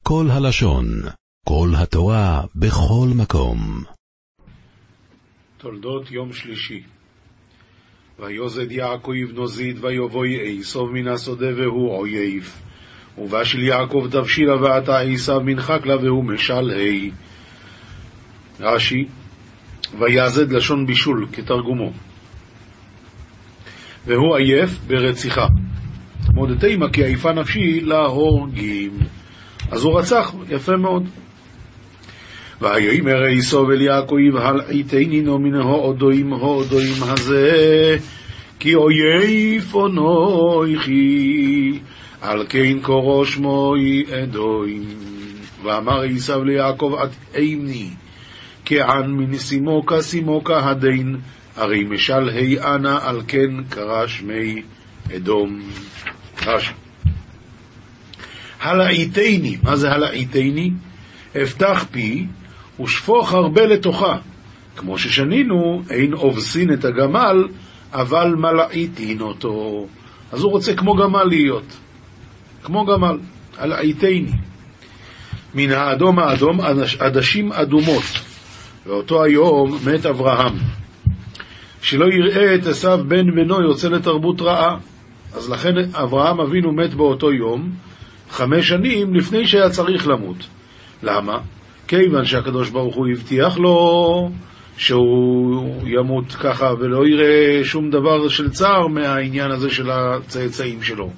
כל הלשון, כל התורה, בכל מקום. תולדות יום שלישי. ויוזד יעקב נוזיד ויבואי עשיו מן השדה והוא אויב. ובשל יעקב תבשילה ועתה עשיו מן חקלה והוא משלהי. רש"י, ויעזד לשון בישול כתרגומו. והוא עייף ברציחה. מודתי מה כי עייפה נפשי להורגים. אז הוא רצח, יפה מאוד. ויאמר עשיו אל יעקב הלעיתני נו מן ההודוים הזה כי אויב אנוכי על כן קרא שמי אדום. ואמר עשיו ליעקב אטעמני כען מנסימוקה סימוקה הדין הרי משלהי אנה על כן קרא שמי אדום. רש"י, הלעיתני, מה זה הלעיתני? אפתח פי ושפוך הרבה לתוכה, כמו ששנינו אין אובסין את הגמל אבל מלעיתין אותו. אז הוא רוצה כמו גמל להיות, כמו גמל. הלעיתני מן האדום האדום עדשים אדומות. ואותו היום מת אברהם שלא יראה את עשיו בן בנו יוצא לתרבות רעה. אז לכן אברהם אבינו מת באותו יום 5 שנים לפני שהיה צריך למות. למה? כיוון שהקדוש ברוך הוא הבטיח לו שהוא ימות ככה ולא יראה שום דבר של צער מהעניין הזה של הצאצאים שלו.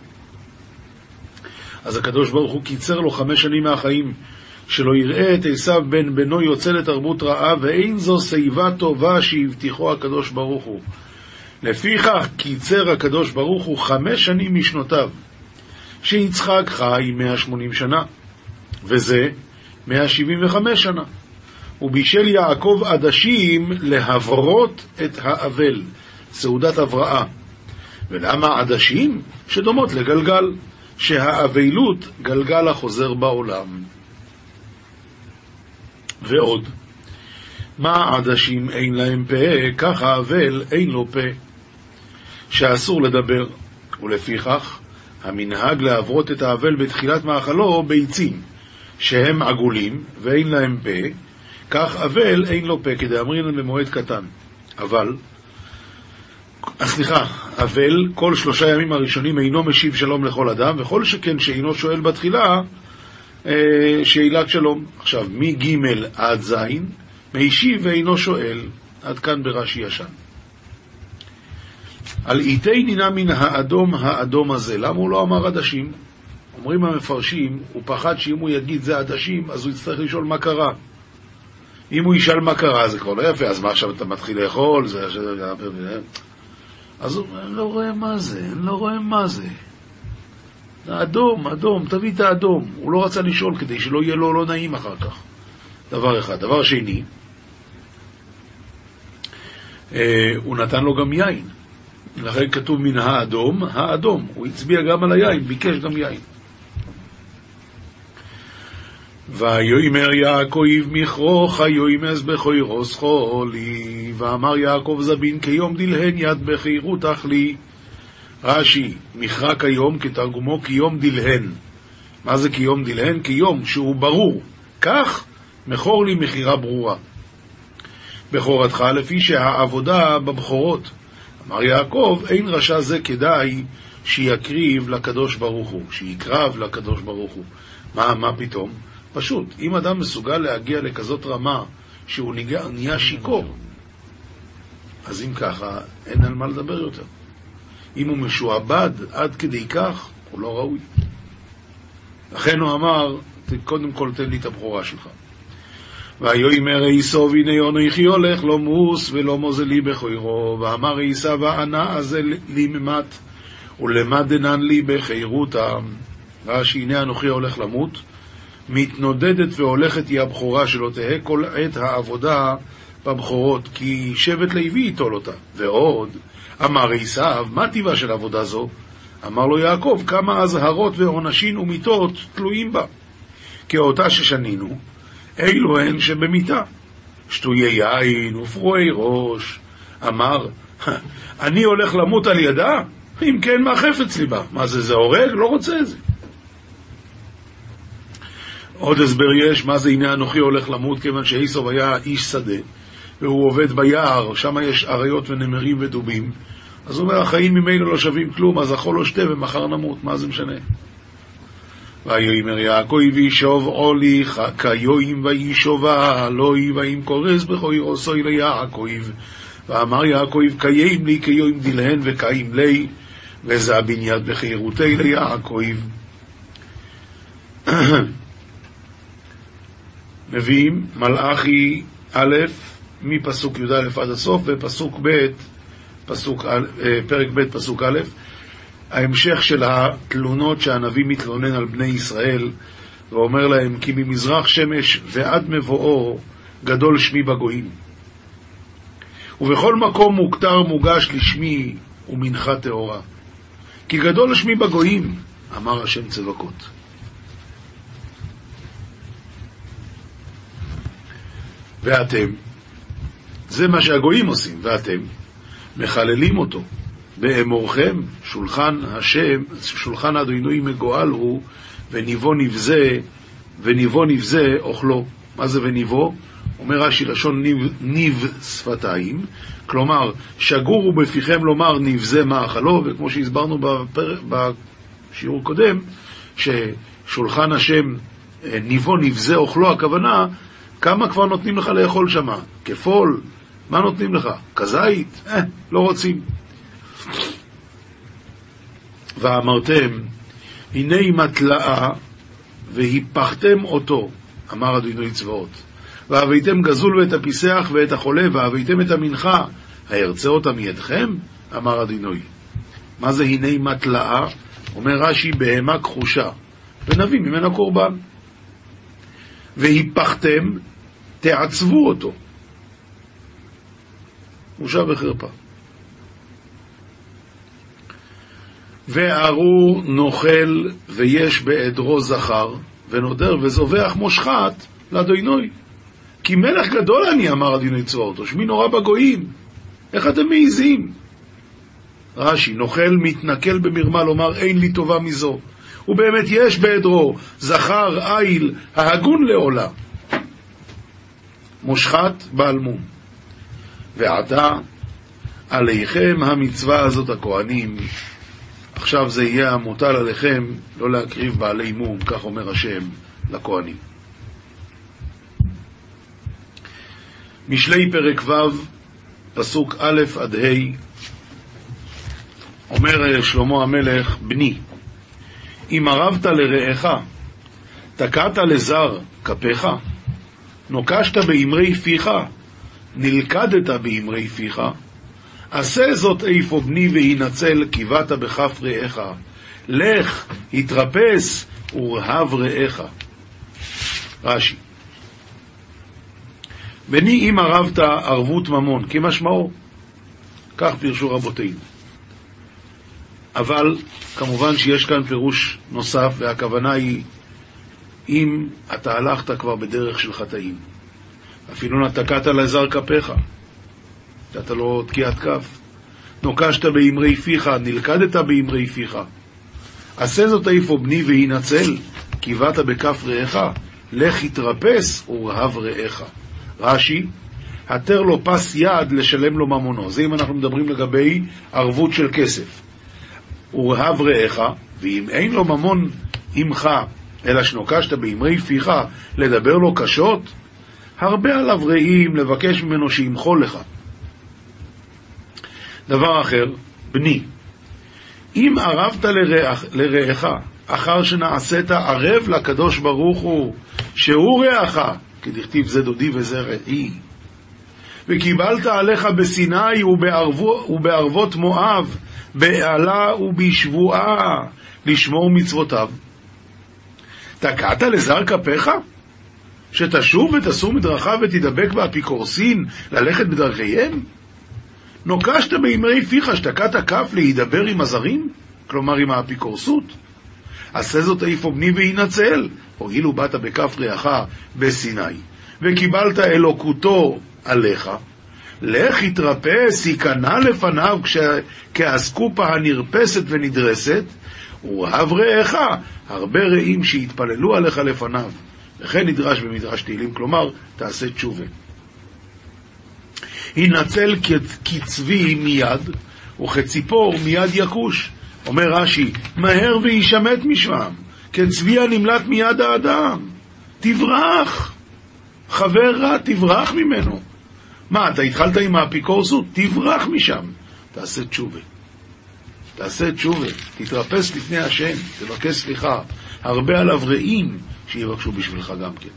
אז הקדוש ברוך הוא קיצר לו 5 שנים מהחיים, שלא יראה את עשיו בן בנו יוצא לתרבות רעה, ואין זו שיבה טובה שהבטיחו הקדוש ברוך הוא. לפיכך קיצר הקדוש ברוך הוא 5 שנים משנותיו. שיצחק חי 180 שנה, וזה 175 שנה. ובישל יעקב עדשים להברות את האבל, סעודת הבראה. ולמה עדשים? שדומות לגלגל, שהאבלות גלגל החוזר בעולם. ועוד, מה עדשים אין להם פה, ככה אבל אין לו פה, שאסור לדבר. ולפיכך המנהג להברות את האבל בתחילת מאכלו ביצים, שהם עגולים ואין להם פה, כך אבל אין לו פה, כדי אמרינן במועד קטן. אבל כל 3 ימים הראשונים אינו משיב שלום לכל אדם, וכל שכן שאינו שואל בתחילה שאלת שלום. עכשיו, מג' עד ז' משיב ואינו שואל, עד כאן ברש"י ישן. על איתי נינה מן האדום הזה. למה הוא לא אמר עדשים? אומרים המפרשים, הוא פחד שאם הוא יגיד זה עדשים אז הוא יצטרך לשאול מה קרה. אם הוא ישאל מה קרה זה כבר לא יפה, אז מה עכשיו אתה מתחיל לאכול? אז הוא אני לא רואה מה זה. אדום, תביא את האדום. הוא לא רצה לשאול כדי שלא יהיה לו לא נעים אחר כך. דבר אחד. דבר שני, הוא נתן לו גם יין. לכן כתוב מן האדום. הוא הצביע גם על היין, ביקש גם יין. ויאמר יעקב מכרוך יאמס בכוירוס חולי. ואמר יעקב זבין כיום דלהן יד בחירותך לי. רש"י, מכרה כיום כתרגומו כיום דלהן. מה זה כיום דלהן? כיום שהוא ברור, כך מכור לי מחירה ברורה. בכורתך לפי שהעבודה בבכורות. אמר יעקב, אין רשע זה כדאי שיקריב לקדוש ברוך הוא, שיקרב לקדוש ברוך הוא. מה פתאום? פשוט, אם אדם מסוגל להגיע לכזאת רמה שהוא נהיה שיקור, אז אם ככה אין על מה לדבר יותר. אם הוא משועבד עד כדי כך, הוא לא ראוי. לכן הוא אמר, קודם כל תן לי את הבכורה שלך. ויאמר עשיו הנה אנוכי הולך לא מוס ולא מוזלי בכוירו. ואמר עשיו הענה הזה לי ממט ולמדנן לי בחירותם. רש"י, הנה אנוכי הולך למות, מתנודדת והולכת היא הבכורה שלו, תהא כל עת העבודה בבכורות, כי שבט לוי ייטול אותה. ועוד אמר עשיו, מה טבעה של עבודה זו? אמר לו יעקב, כמה אזהרות ועונשין ומיתות תלויים בה, כאותה ששנינו אילו הן שבמיתה, שטויי יין ופרועי ראש. אמר, אני הולך למות על ידה? אם כן, מה חפץ לי בה? מה זה הורג? לא רוצה את זה. עוד הסבר יש, מה זה הנה אנוכי הולך למות, כיוון שעשו היה איש שדה, והוא עובד ביער, שם יש אריות ונמרים ודובים, אז הוא אומר, החיים ממילא לא שווים כלום, אז אכול לו שתה ומחר נמות, מה זה משנה? ויאמר יעקב וישוב עולי כיום וישובה אלוהי ואם קורס בכוי עושוי ליעקב ואמר יעקב קיים לי כיום דלהן וקיים לי וזה הבניית בחירותי ליעקב. מביאים מלאכי א' מפסוק י' עד הסוף ופסוק ב' פרק ב' פסוק א', ההמשך של התלונות שהנביא מתלונן על בני ישראל ואומר להם כי ממזרח שמש ועד מבואו גדול שמי בגויים ובכל מקום מוכתר מוגש לשמי ומנחה טהורה כי גדול שמי בגויים אמר השם צבקות. ואתם, זה מה שהגויים עושים, ואתם מחללים אותו באמורכם שולחן השם, שולחן אדוני מגואל הוא וניבו נבזה אוכלו. מה זה וניבו? אומר רש"י לשון ניב שפתיים, כלומר שגורו בפיכם לומר נבזה מאכלו, וכמו שהסברנו בשיעור קודם ששולחן השם ניבו נבזה אוכלו, הכוונה כמה כבר נותנים לך לאכול שמה? כפול? מה נותנים לך? כזית? לא רוצים. ואמרתם הנה מתלאה והיפחתם אותו אמר אדוני צבאות והבאתם גזול ואת הפיסח ואת החולה והבאתם את המנחה הירצה אותה מידכם אמר אדוני. מה זה הנה מתלאה? אומר רש"י בהמה כחושה ונביא ממנה קורבן. והיפחתם תעצבו אותו, בושה וחרפה. וארור נוכל ויש בעדרו זכר ונודר וזובח מושחת לאדוני כי מלך גדול אני אמר אדוני צבאות שמי נורא בגויים, איך אתם מעיזים? רש"י נוכל מתנכל במרמה לומר אין לי טובה מזו ובאמת יש בעדרו זכר איל ההגון לעולה מושחת בעל מום. ועתה עליכם המצווה הזאת הכהנים, עכשיו זה יהיה המוטל עליכם לא להקריב בעלי מום, כך אומר השם לכהנים. משלי פרק ו' פסוק א' עד ה' אומר שלמה המלך בני אם ערבת לרעך תקעת לזר כפיך נוקשת באמרי פיך נלכדת באמרי פיך עשה זאת איפה בני והינצל קיבת בכף רעך לך התרפס ורהב רעך. רש"י בני אם ערבת ערבות ממון כמשמעו, כך פירשו רבותינו, אבל כמובן שיש כאן פירוש נוסף והכוונה היא אם אתה הלכת כבר בדרך של חטאים אפילו נתקעת לזר כפיך אתה לא תקיעת כף נוקשת באמרי פיך נלכדת באמרי פיך עשה זאת איפה בני והינצל קיבת בכף רעך לך התרפס ורהב רעך. רש"י התר לו פס יד לשלם לו ממונו, זה אם אנחנו מדברים לגבי ערבות של כסף. ורהב רעך ואם אין לו ממון עמך אלא שנוקשת באמרי פיך לדבר לו קשות הרבה עליו רעים לבקש ממנו שימחול לך. דבר אחר בני אם ערבת לרעך אחר שנעשית ערב לקדוש ברוך הוא שהוא רעך כדכתיב זה דודי וזה רעי וקיבלת עליך בסיני ובערבות מואב בעלה ובשבועה לשמור מצוותיו תקעת לזר כפיך שתשוב ותסור מדרכיו ותדבק באפיקורסין ללכת בדרכיהם נוקשת באמרי פיך שתקעת כף להידבר עם הזרים כלומר עם האפיקורסות עשה זאת איפה בני והינצל הואילו באת בכף רעך בסיני וקיבלת אלוקותו עליך לך התרפס ייכנע לפניו כאסקופה הנרפסת ונדרסת ורהב רעך הרבה רעים שהתפללו עליך לפניו וכן נדרש במדרש תהילים, כלומר, תעשה תשובה. ינצל כצבי מיד, וכציפור מיד יקוש. אומר רש"י, מהר וישמט משם, כצבי הנמלט מיד האדם. תברח. חבר רע, תברח ממנו. מה, אתה התחלת עם האפיקורסות? תברח משם. תעשה תשובה. תעשה תשובה. תתרפס לפני השם, תבקש סליחה. הרבה עליו רעים שיבקשו בשבילך גם כן.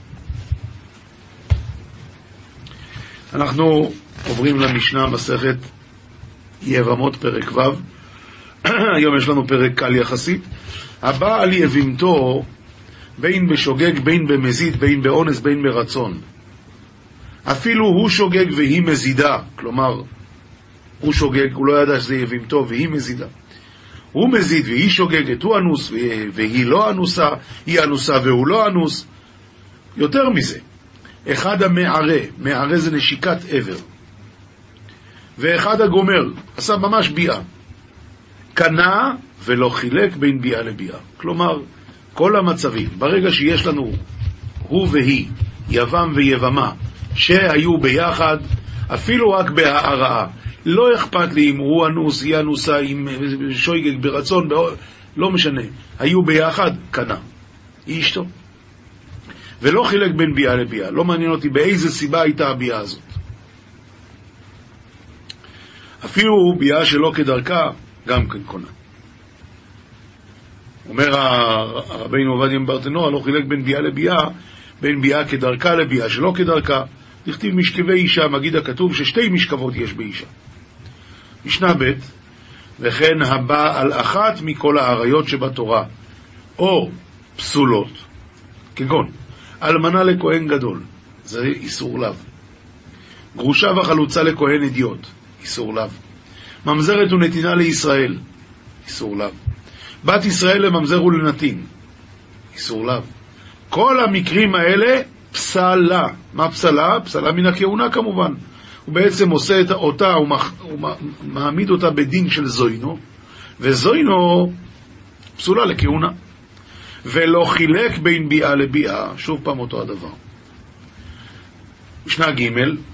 אנחנו עוברים למשנה מסכת יבמות פרק ו'. היום יש לנו פרק קל יחסית. הבא על יבימתו בין בשוגג, בין במזיד, בין באונס, בין ברצון. אפילו הוא שוגג והיא מזידה, כלומר הוא שוגג, הוא לא ידע שזה יבימתו והיא מזידה. הוא מזיד והיא שוגגת, הוא אנוס והיא לא אנוסה, היא אנוסה והוא לא אנוס. יותר מזה, אחד המערה, מערה זה נשיקת עבר, ואחד הגומר, עשה ממש ביאה, קנה ולא חילק בין ביאה לביאה. כלומר, כל המצבים, ברגע שיש לנו הוא והיא, יבם ויבמה, שהיו ביחד, אפילו רק בהעראה, לא אכפת לי אם הוא אנוס, היא אנוסה, אם שויגג ברצון, לא משנה, היו ביחד, קנה, היא אשתו. ולא חילק בין ביאה לביאה, לא מעניין אותי באיזה סיבה הייתה הביאה הזאת. אפילו ביאה שלא כדרכה, גם כן קונה. אומר הרבינו עובדיה מברטנורא, לא חילק בין ביאה לביאה, בין ביאה כדרכה לביאה שלא כדרכה. לכתיב משכבי אישה, מגיד הכתוב ששתי משכבות יש באישה. משנה ב', וכן הבא על אחת מכל העריות שבתורה, או פסולות, כגון אלמנה לכהן גדול, זה איסור לב. גרושה וחלוצה לכהן אדיוט, איסור לב. ממזרת ונתינה לישראל, איסור לב. בת ישראל לממזר ולנתין, איסור לב. כל המקרים האלה פסלה. מה פסלה? פסלה מן הכהונה כמובן. הוא בעצם עושה אותה, הוא מעמיד אותה בדין של זוינו, וזוינו פסולה לכהונה. ולא חילק בין ביאה לביאה, שוב פעם אותו הדבר. משנה ג',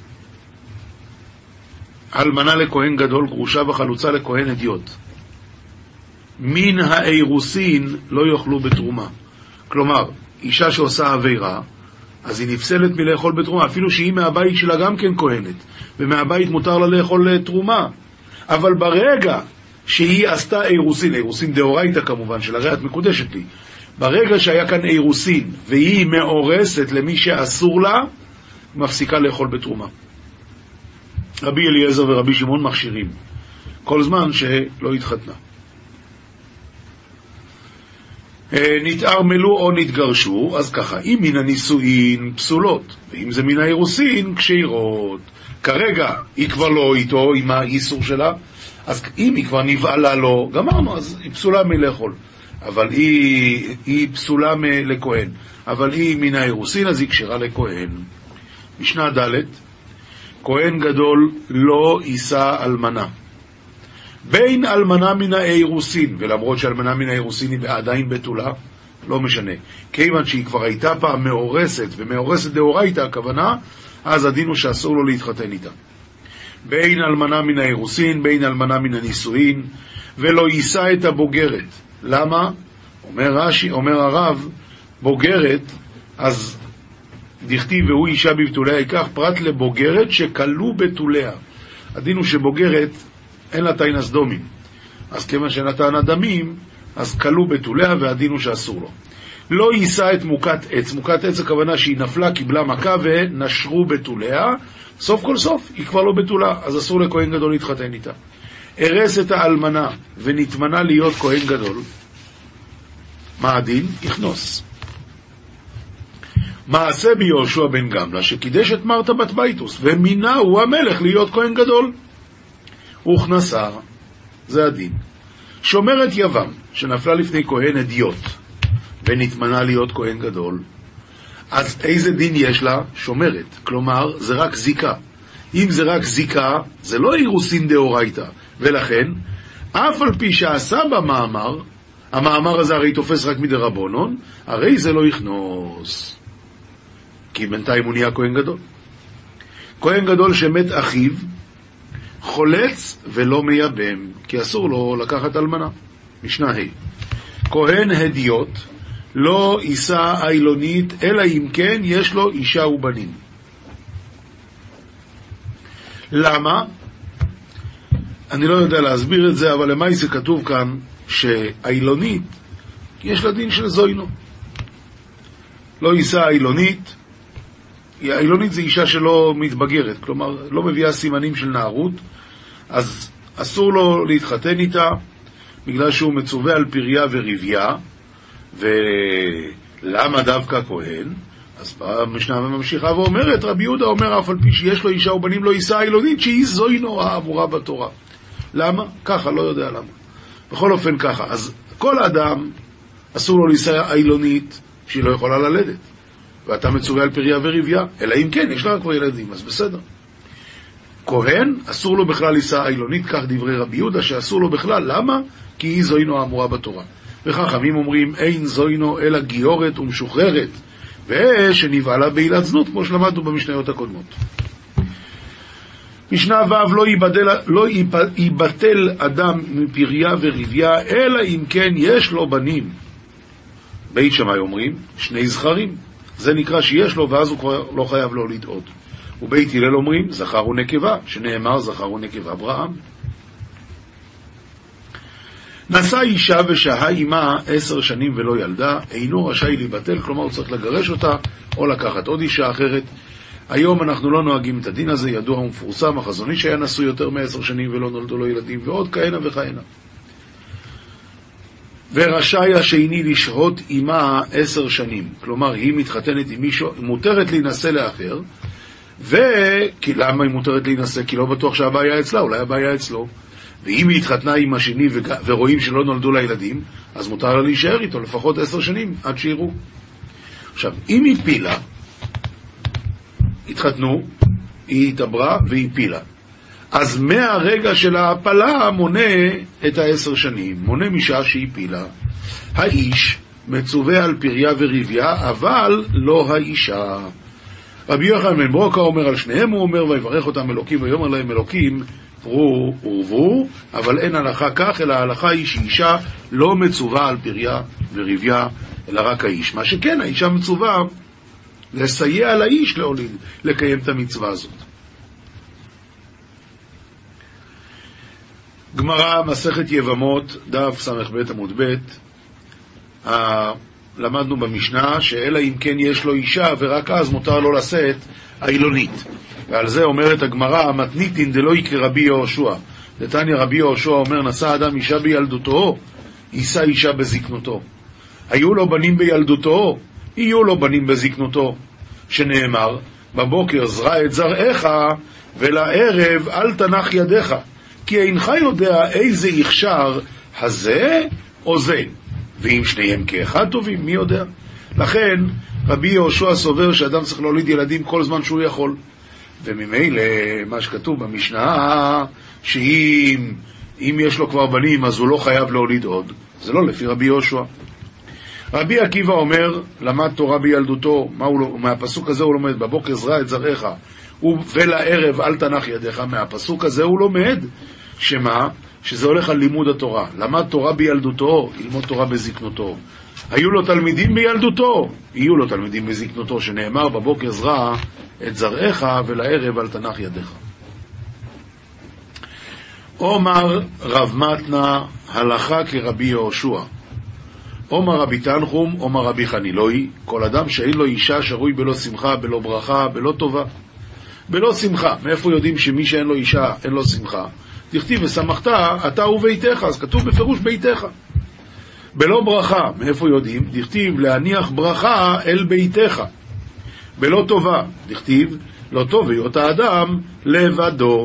אלמנה לכהן גדול, גרושה וחלוצה לכהן אדיוט. מן האירוסין לא יאכלו בתרומה. כלומר, אישה שעושה עבירה, אז היא נפסלת מלאכול בתרומה, אפילו שהיא מהבית שלה גם כן כהנת, ומהבית מותר לה לאכול תרומה. אבל ברגע שהיא עשתה אירוסין, אירוסין דאורייתא כמובן, של הרי את מקודשת לי, ברגע שהיה כאן אירוסין, והיא מאורסת למי שאסור לה, מפסיקה לאכול בתרומה. רבי אליעזר ורבי שמעון מכשירים, כל זמן שלא התחתנה. נתערמלו או נתגרשו, אז ככה, אם מן הנישואין פסולות, ואם זה מן האירוסין כשירות. כרגע היא כבר לא איתו עם האיסור שלה, אז אם היא כבר נבעלה לו, גמרנו, אז היא פסולה מלאכול. אבל היא פסולה לכהן. אבל היא מן האירוסין, אז היא כשרה לכהן. משנה ד', כהן גדול לא יישא אלמנה. בין אלמנה מן האירוסין, ולמרות שאלמנה מן האירוסין היא עדיין בתולה, לא משנה. כיוון שהיא כבר הייתה פעם מאורסת, ומאורסת דאורייתא הכוונה, אז הדין הוא שאסור לו להתחתן איתה. בין אלמנה מן האירוסין, בין אלמנה מן הנישואין, ולא יישא את הבוגרת. למה? אומר הרב, בוגרת, אז דכתיב והוא אישה בבתוליה, ייקח פרט לבוגרת שכלו בתוליה. הדין הוא שבוגרת אין לה תיינס דומים, אז כיוון שנתן הדמים, אז כלו בתוליה, והדין הוא שאסור לו. לא יישא את מוכת עץ. מוכת עץ הכוונה שהיא נפלה, קיבלה מכה ונשרו בתוליה, סוף כל סוף היא כבר לא בתולה, אז אסור לכהן גדול להתחתן איתה. הרס את האלמנה ונתמנה להיות כהן גדול, מה הדין? יכנוס. מעשה ביהושע בן גמלה שקידש את מרתה בת ביתוס ומינה הוא המלך להיות כהן גדול, וכנסה, זה הדין. שומרת יבם שנפלה לפני כהן אדיוט ונתמנה להיות כהן גדול, אז איזה דין יש לה? שומרת, כלומר זה רק זיקה. אם זה רק זיקה, זה לא אירוסין דאורייתא, ולכן אף על פי שעשה במאמר, המאמר הזה הרי תופס רק מדרבנן, הרי זה לא יכנוס. כי בינתיים הוא נהיה כהן גדול. כהן גדול שמת אחיו, חולץ ולא מייבם, כי אסור לו לקחת אלמנה. משנה ה' כהן הדיוט לא יישא אילונית, אלא אם כן יש לו אישה ובנים. למה? אני לא יודע להסביר את זה, אבל למעשה זה כתוב כאן שהאילונית יש לה דין של זוינו. לא יישא אילונית. האילונית זה אישה שלא מתבגרת, כלומר לא מביאה סימנים של נערות, אז אסור לו להתחתן איתה, בגלל שהוא מצווה על פריה ורביה. ולמה דווקא כהן? אז המשנה ממשיכה ואומרת, רבי יהודה אומר, אף על פי שיש לו אישה ובנים לא יישא אילונית, שהיא זוינו האמורה בתורה. למה? ככה, לא יודע למה. בכל אופן ככה. אז כל אדם אסור לו להישא אילונית שהיא לא יכולה ללדת, ואתה מצווה על פריה ורביה, אלא אם כן יש לה כבר ילדים, אז בסדר. כהן אסור לו בכלל להישא אילונית, כך דברי רבי יהודה, שאסור לו בכלל. למה? כי היא זוינו האמורה בתורה. וחכמים אומרים, אין זוינו אלא גיורת ומשוחררת, ושנבעלה בעילת זנות, כמו שלמדנו במשניות הקודמות. משנה ו' לא ייבטל אדם מפריה ורביה, אלא אם כן יש לו בנים. בית שמאי אומרים, שני זכרים. זה נקרא שיש לו, ואז הוא כבר לא חייב להוליד עוד. ובית הלל אומרים, זכר ונקבה, שנאמר זכר ונקבה אברהם. נשא אישה ושהה עמה 10 שנים ולא ילדה, אינו רשאי להיבטל, כלומר הוא צריך לגרש אותה או לקחת עוד אישה אחרת. היום אנחנו לא נוהגים את הדין הזה, ידוע ומפורסם, החזון איש היה נשוי יותר מ10 שנים ולא נולדו לו ילדים, ועוד כהנה וכהנה. ורשאי השני לשהות עמה 10 שנים, כלומר היא מתחתנת עם מישהו, מותרת להינשא לאחר, למה היא מותרת להינשא? כי לא בטוח שהבעיה אצלה, אולי הבעיה אצלו. ואם היא התחתנה עם השני ורואים שלא נולדו לה ילדים, אז מותר לה להישאר איתו לפחות 10 שנים עד שיראו. עכשיו, אם היא פילה, התחתנו, היא התעברה והיא פילה, אז מהרגע של ההפלה מונה את 10 שנים, מונה משעה שהיא פילה. האיש מצווה על פריה ורביה, אבל לא האישה. רבי יוחנן בן ברוקה אומר על שניהם, הוא אומר, ויברך אותם אלוקים ויאמר להם אלוקים, פרו ורבו, אבל אין הלכה כך, אלא ההלכה היא שאישה לא מצווה על פריה ורביה, אלא רק האיש. מה שכן, האישה מצווה לסייע לאיש להוליד, לקיים את המצווה הזאת. גמרא, מסכת יבמות, דף ס"ב עמוד ב', למדנו במשנה שאלא אם כן יש לו אישה ורק אז מותר לו לשאת האילונית. ועל זה אומרת הגמרא, מתניתין דלוי כרבי יהושע. דתניא רבי יהושע אומר, נשא אדם אישה בילדותו, יישא אישה בזקנותו. היו לו בנים בילדותו, יהיו לו בנים בזקנותו. שנאמר, בבוקר זרע את זרעך, ולערב אל תנח ידיך, כי אינך יודע איזה יכשר הזה או זה. ואם שניהם כאחד טובים, מי יודע? לכן רבי יהושע סובר שאדם צריך להוליד ילדים כל זמן שהוא יכול. וממילא מה שכתוב במשנה, שאם יש לו כבר בנים אז הוא לא חייב להוליד עוד, זה לא לפי רבי יהושע. רבי עקיבא אומר, למד תורה בילדותו, מהפסוק הזה הוא לומד, בבוקר זרע את זרעך ולערב אל תנח ידיך. מהפסוק הזה הוא לומד שמה? שזה הולך על לימוד התורה. למד תורה בילדותו, ילמוד תורה בזקנותו. היו לו תלמידים בילדותו, יהיו לו תלמידים בזקנותו, שנאמר בבוקר זרע את זרעך ולערב אל תנח ידיך. אומר רב מתנה, הלכה כרבי יהושע. אומר רבי תנחום, אומר רבי חנילוי, כל אדם שאין לו אישה שרוי בלא שמחה, בלא ברכה, בלא טובה. בלא שמחה, מאיפה יודעים שמי שאין לו אישה אין לו שמחה? תכתיב ושמחת אתה וביתך, אז כתוב בפירוש ביתך. בלא ברכה, מאיפה יודעים? תכתיב להניח ברכה אל ביתך. בלא טובה, תכתיב לא טוב היות האדם לבדו.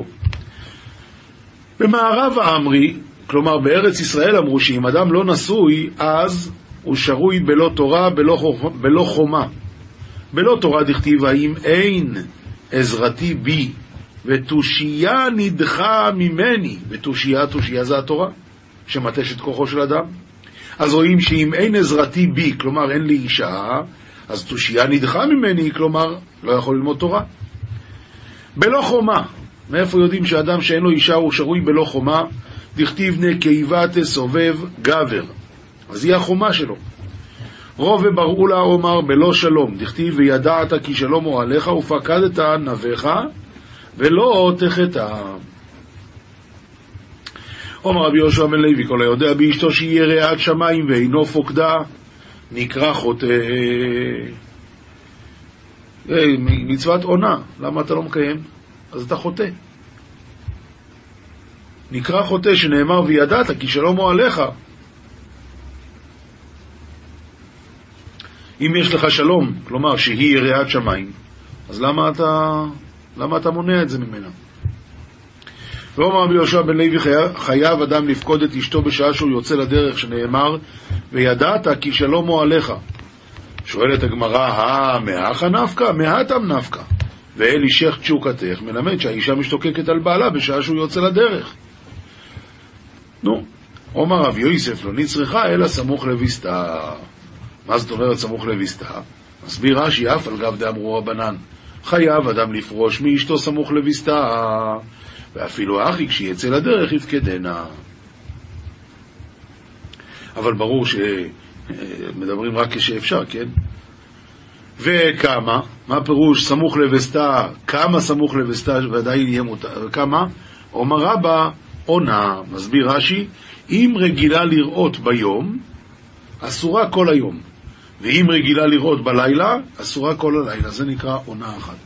במערב האמרי, כלומר בארץ ישראל, אמרו שאם אדם לא נשוי אז הוא שרוי בלא תורה, בלא חומה. בלא תורה דכתיב, האם אין עזרתי בי ותושייה נדחה ממני. ותושייה זה התורה שמתש את כוחו של אדם. אז רואים שאם אין עזרתי בי, כלומר אין לי אישה, אז תושייה נדחה ממני, כלומר, לא יכול ללמוד תורה. בלא חומה, מאיפה יודעים שאדם שאין לו אישה הוא שרוי בלא חומה? דכתיב נקבה תסובב גבר, אז היא החומה שלו. רוב בראו לה אומר בלא שלום, דכתיב וידעת כי שלום הוא עליך ופקדת נביך ולא תחטא. אומר רבי יהושע בן לוי, כל היודע באשתו שהיא יראת שמיים ואינו פוקדה נקרא חוטא. מצוות עונה, למה אתה לא מקיים? אז אתה חוטא. נקרא חוטא שנאמר וידעת כי שלום הוא עליך. אם יש לך שלום, כלומר שהיא יראת שמיים, אז למה אתה מונע את זה ממנה? ואומר רבי יהושע בן לוי, חייב אדם לפקוד את אשתו בשעה שהוא יוצא לדרך, שנאמר וידעת כי שלום הוא עליך. שואלת הגמרא, מהכה נפקא? מהתם נפקא. ואל אישך תשוקתך מלמד שהאישה משתוקקת על בעלה בשעה שהוא יוצא לדרך. נו, אומר רב יוסף, לא נצרכה אלא סמוך לביסתה. מה זאת אומרת סמוך לביסתה? מסביר רש"י, אף על גב דאמרו רבנן, חייב אדם לפרוש מאשתו סמוך לביסתה, ואפילו אחי כשיצא לדרך יפקדנה. אבל ברור שמדברים רק כשאפשר, כן? וכמה? מה פירוש סמוך לביסתה? כמה סמוך לביסתה ודאי יהיה מותר? כמה? אומר רבא, עונה. מסביר רש"י, אם רגילה לראות ביום, אסורה כל היום. ואם רגילה לראות בלילה, אסורה כל הלילה. זה נקרא עונה אחת.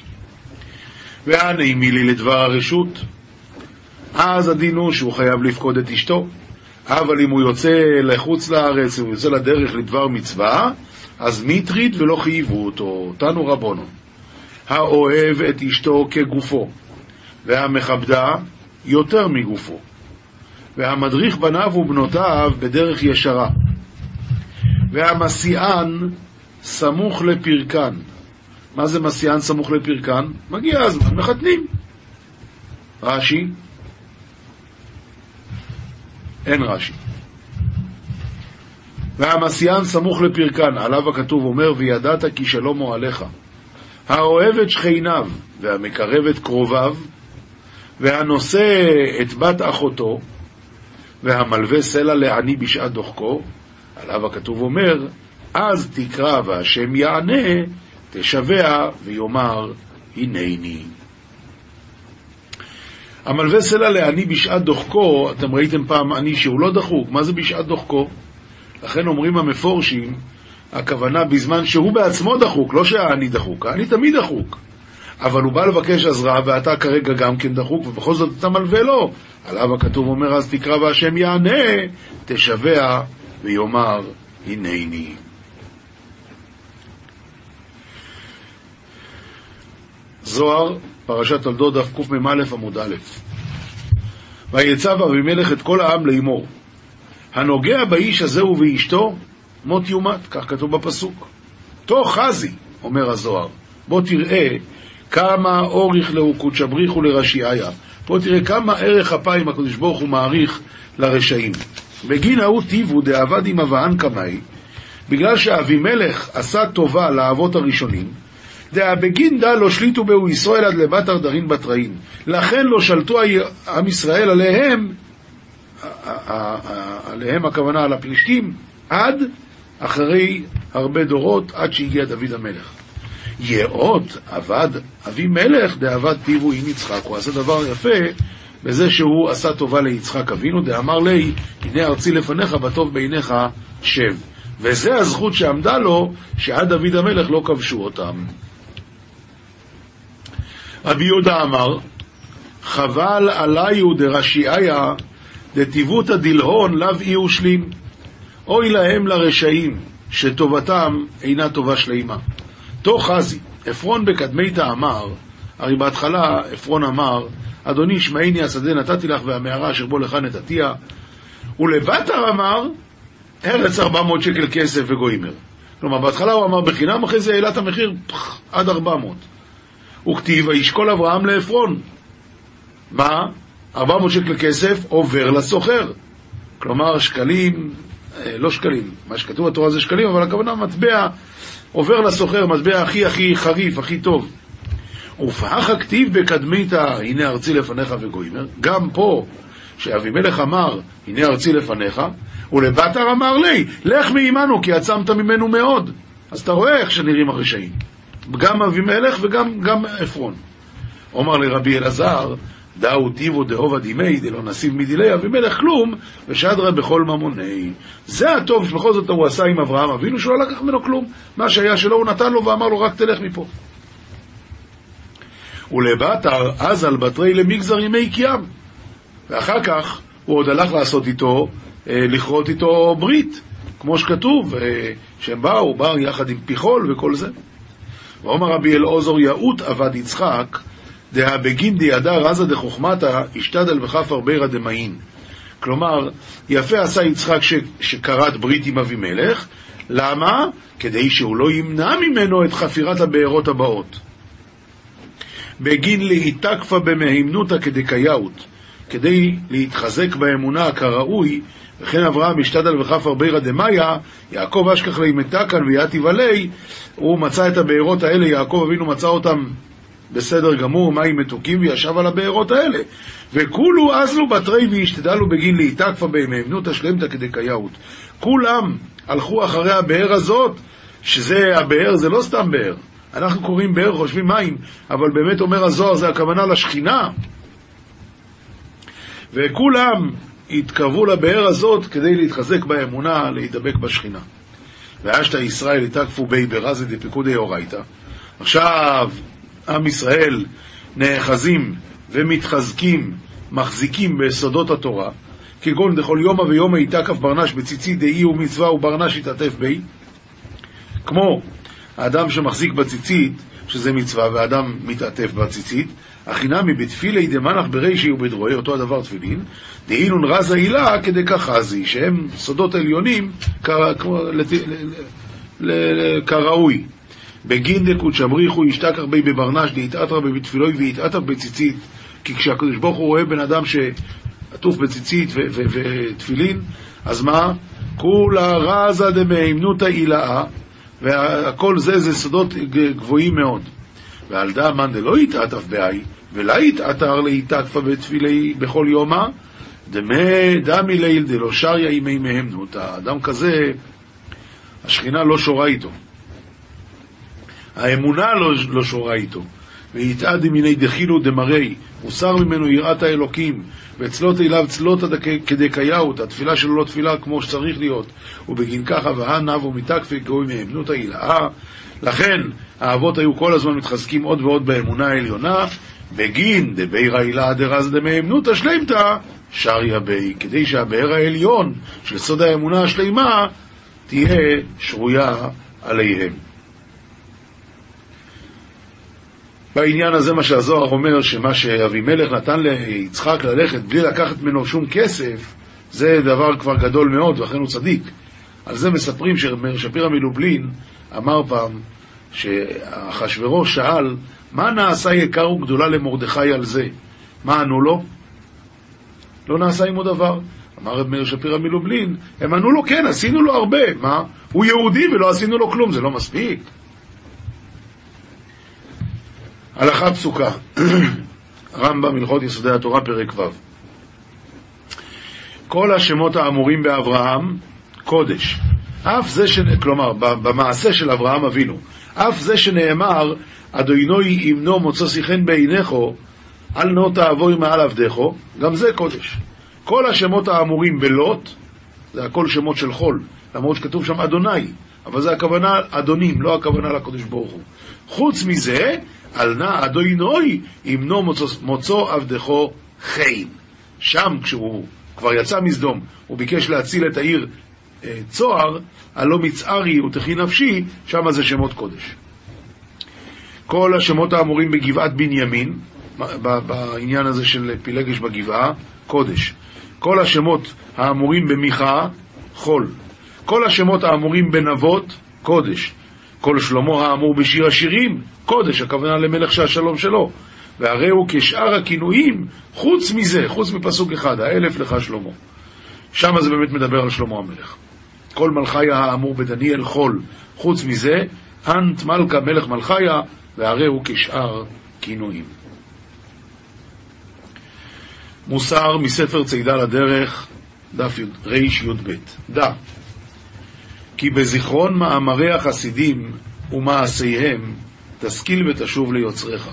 והנה מילי לדבר הרשות, אז הדין הוא שהוא חייב לפקוד את אשתו. אבל אם הוא יוצא לחוץ לארץ, הוא יוצא לדרך לדבר מצווה, אז מיטריד ולא חייבו אותו. תנו רבונו, האוהב את אשתו כגופו, והמכבדה יותר מגופו, והמדריך בניו ובנותיו בדרך ישרה, והמסיען סמוך לפרקן. מה זה מסיען סמוך לפרקן? מגיע הזמן, מחתנים. רש"י? אין רש"י. והמסיען סמוך לפרקן, עליו הכתוב אומר וידעת כי שלום הוא עליך. האוהב את שכניו והמקרב את קרוביו, והנושא את בת אחותו, והמלווה סלע לעני בשעת דוחקו, עליו הכתוב אומר אז תקרא והשם יענה, תשבע ויאמר הנני. המלווה סלע לעני בשעת דוחקו, אתם ראיתם פעם עני שהוא לא דחוק, מה זה בשעת דוחקו? לכן אומרים המפורשים, הכוונה בזמן שהוא בעצמו דחוק, לא שהעני דחוק, העני תמיד דחוק, אבל הוא בא לבקש עזרה ואתה כרגע גם כן דחוק, ובכל זאת אתה מלווה לו. עליו הכתוב אומר אז תקרא והשם יענה, תשבע ויאמר הנני. זוהר, פרשת תולדות דף קמ"א עמוד א'. ויצב אבימלך את כל העם לאמור, הנוגע באיש הזה ובאשתו מות יומת, כך כתוב בפסוק. תוך חזי, אומר הזוהר, בוא תראה כמה אוריך לו קודש בריך ולרשעיה. בוא תראה כמה ערך אפיים הקדוש ברוך הוא מעריך לרשעים. בגין ההוא טיבו דעבד עם אבהן קמאי, בגלל שאבימלך עשה טובה לאבות הראשונים, בגין דה לא שליטו בהו ישראל עד לבת ארדרין בתראים, לכן לא שלטו עם ישראל עליהם הכוונה על הפלישתים, עד אחרי הרבה דורות, עד שהגיע דוד המלך. יאות עבד אבימלך דעבד טיבו עם יצחק. הוא עשה דבר יפה בזה שהוא עשה טובה ליצחק אבינו, דאמר לי הנה ארצי לפניך בטוב בעיניך שב. וזה הזכות שעמדה לו, שעד דוד המלך לא כבשו אותם. רבי יהודה אמר, חבל עליו דרשעיה דטיבותא דלהון לאו אי ושלים, אוי להם לרשעים שטובתם אינה טובה שלימה. תוך חזי, אפרון בקדמיתא אמר, הרי בהתחלה אפרון אמר, אדוני שמעיני השדה נתתי לך והמערה אשר בו לך נתתיה, ולבטר אמר, ארץ 400 שקל כסף וגוימר. כלומר, בהתחלה הוא אמר בחינם, אחרי זה העלה את המחיר עד 400. וכתיב, וישקול אברהם לאפרון. מה? 400 שקל כסף עובר לסוחר. כלומר, שקלים, לא שקלים, מה שכתוב בתורה זה שקלים, אבל הכוונה מטבע עובר לסוחר מטבע הכי חריף, הכי טוב. ופח הכתיב בקדמיתה, הנה ארצי לפניך וגוימר. גם פה, שאבימלך אמר, הנה ארצי לפניך, ולבטר אמר לי, לך מעימנו, כי עצמת ממנו מאוד. אז אתה רואה איך שנראים הרשעים. גם אבימלך וגם אפרון. אומר לרבי אלעזר, דאו טיבו דאובה דימי, דלא נסיב מדילי אבימלך כלום, ושדרה בכל ממוני. זה הטוב שבכל זאת הוא עשה עם אברהם אבינו, שהוא לא לקח ממנו כלום. מה שהיה שלו הוא נתן לו ואמר לו, רק תלך מפה. ולבטר אז על בתרי למגזר ימי קיים. ואחר כך הוא עוד הלך לעשות איתו, לכרות איתו ברית, כמו שכתוב, שהם באו יחד עם פיחול וכל זה. ואומר רבי אלעזר יאות עבד יצחק, דה בגין דידה רזה דחוכמתה, השתדל בכף בירא דמאין. כלומר, יפה עשה יצחק שקרת ברית עם אבימלך. למה? כדי שהוא לא ימנע ממנו את חפירת הבארות הבאות. בגין להתקפה במהימנותה כדקייאות, כדי להתחזק באמונה כראוי. וכן אברהם השתדל בכף בירא דמאיה, יעקב אשכח לימתה כאן ויעתיב עלי. הוא מצא את הבארות האלה, יעקב אבינו מצא אותם בסדר גמור, מים מתוקים, וישב על הבארות האלה. וכולו אזלו בתרי והשתדלו בגין להתקפה במהימנותה שלמתה כדקייאות. כולם הלכו אחרי הבאר הזאת, שזה הבאר, זה לא סתם באר. אנחנו קוראים באר, חושבים מים, אבל באמת אומר הזוהר, זה הכוונה לשכינה. וכולם התקרבו לבאר הזאת כדי להתחזק באמונה, להידבק בשכינה. ואשת ישראל התקפו בי ברזי דפיקודי אורייתא. עכשיו עם ישראל נאחזים ומתחזקים, מחזיקים ביסודות התורה, כגון דכל יומא ויומא יתקף ברנש בציצית דאי ומצווה וברנש יתעטף בי. כמו האדם שמחזיק בציצית, שזה מצווה, והאדם מתעטף בציצית, החינמי בתפילי דמנח ברישי ובדרועי, אותו הדבר תפילין, דאילון רזה הילה כדי כחזי, שהם סודות עליונים כראוי. בגין דקות שבריחו ישתכח בי בברנש דהתעטר בי בתפילוי והתעטף בציצית. כי כשהקדוש ברוך הוא רואה בן אדם שעטוף בציצית ותפילין, אז מה? כולה רזה דמהימנותא הילאה, והכל זה סודות גבוהים מאוד. ועל דא מן דלא יתעטף באי ולא יתעטר להתעטפה בתפילי בכל יומא, דמי ליל דלא שריה ימי מהימנותא. אדם כזה השכינה לא שורה איתו, האמונה לא שורה איתו. ויתעד מיני דחילו דמרי, מוסר ממנו יראת האלוקים, ואצלות אליו צלות כדקייאות, התפילה שלו לא תפילה כמו שצריך להיות, ובגין ככה והנב ומתקפי גוי מהאמנות ההילאה. לכן האבות היו כל הזמן מתחזקים עוד ועוד באמונה העליונה. בגין דבירא הילאה דרז דמהאמנות השלימתא שריה בי, כדי שהבאר העליון של סוד האמונה השלימה תהיה שרויה עליהם. בעניין הזה מה שהזוהר אומר, שמה שאבימלך נתן ליצחק ללכת בלי לקחת ממנו שום כסף, זה דבר כבר גדול מאוד, ואכן הוא צדיק. על זה מספרים שפירא מלובלין אמר פעם, שאחשוורוש שאל, מה נעשה יקר וגדולה למרדכי על זה? מה ענו לו? לא נעשה עמו דבר. אמר רב מאיר שפירא מלובלין, הם ענו לו כן, עשינו לו הרבה. מה? הוא יהודי ולא עשינו לו כלום, זה לא מספיק. הלכה פסוקה, רמב"ם הלכות יסודי התורה פרק ו'. כל השמות האמורים באברהם קודש, אף זה כלומר במעשה של אברהם אבינו, אף זה שנאמר אדוני ימנו מוצא שיחן בעיניכו, אל נא תעבור מעל עבדךו, גם זה קודש. כל השמות האמורים בלוט, זה הכל שמות של חול, למרות שכתוב שם אדוני, אבל זה הכוונה אדונים, לא הכוונה לקודש ברוך הוא. חוץ מזה, על נא אדוני ימנו מוצא עבדךו חיים. שם כשהוא כבר יצא מסדום, הוא ביקש להציל את העיר צוהר, הלא מצערי ותחי נפשי, שם זה שמות קודש. כל השמות האמורים בגבעת בנימין, בעניין הזה של פילגש בגבעה, קודש. כל השמות האמורים במיכה, חול. כל השמות האמורים בנבות, קודש. כל שלמה האמור בשיר השירים, קודש, הכוונה למלך שהשלום שלו. והרי הוא כשאר הכינויים, חוץ מזה, חוץ מפסוק אחד, 1000 לך שלמה. שם זה באמת מדבר על שלמה המלך. כל מלכי האמור בדניאל חול, חוץ מזה, אנט מלכה מלך מלכיה, והרי הוא כשאר כינויים. מוסר מספר צידה לדרך, דף רי"ב. דע, כי בזיכרון מאמרי החסידים ומעשיהם תשכיל ותשוב ליוצריך.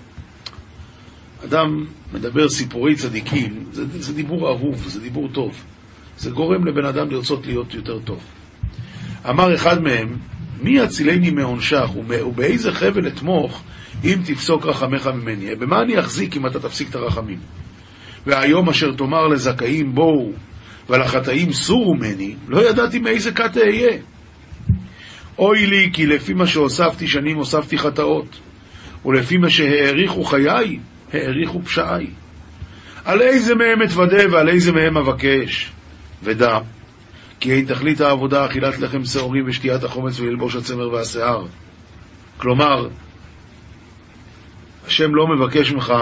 אדם מדבר סיפורי צדיקים, זה דיבור אהוב, זה דיבור טוב. זה גורם לבן אדם לרצות להיות יותר טוב. אמר אחד מהם, מי יצילני מעונשך ובאיזה חבל אתמוך אם תפסוק רחמך ממני? במה אני אחזיק אם אתה תפסיק את הרחמים? והיום אשר תאמר לזכאים בואו ולחטאים סורו מני, לא ידעתי מאיזה כת אהיה. אוי לי, כי לפי מה שהוספתי שנים הוספתי חטאות, ולפי מה שהאריכו חיי האריכו פשעי. על איזה מהם אתוודה ועל איזה מהם אבקש? ודע, כי אין תכלית העבודה אכילת לחם שעורים ושתיית החומץ וללבוש הצמר והשיער. כלומר, השם לא מבקש ממך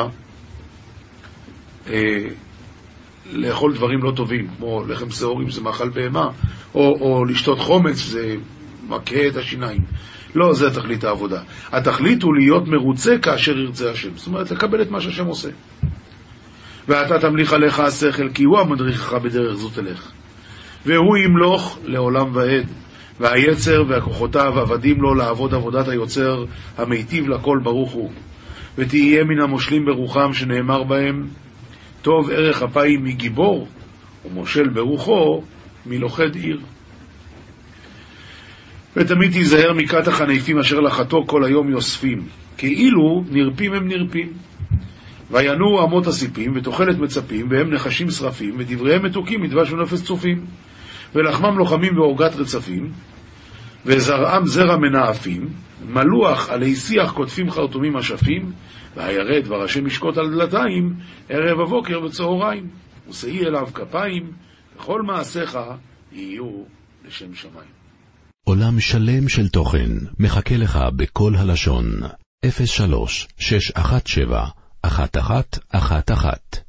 לאכול דברים לא טובים, כמו לחם שעורים זה מאכל בהמה, או לשתות חומץ זה מכה את השיניים. לא, זה תכלית העבודה. התכלית הוא להיות מרוצה כאשר ירצה השם. זאת אומרת, לקבל את מה שהשם עושה. ואתה תמליך עליך השכל, כי הוא המדריכך בדרך זו תלך. והוא ימלוך לעולם ועד, והיצר והכוחותיו עבדים לו לעבוד עבודת היוצר, המיטיב לכל ברוך הוא. ותהיה מן המושלים ברוחם שנאמר בהם, טוב ערך אפיים מגיבור, ומושל ברוחו מלוכד עיר. ותמיד תיזהר מכת החניפים אשר לחתו כל היום יוספים, כאילו נרפים הם נרפים. וינועו אמות הסיפים ותוחלת מצפים, והם נחשים שרפים, ודבריהם מתוקים מדבש ונפש צופים, ולחמם לוחמים ועוגת רצפים, וזרעם זרע מנאפים, מלוח עלי שיח כותפים חרטומים אשפים, והירד דבר השם ישקוט על דלתיים, ערב הבוקר וצהריים, ושאי אליו כפיים, וכל מעשיך יהיו לשם שמיים. עולם שלם של תוכן מחכה לך בכל הלשון. 03-617-1111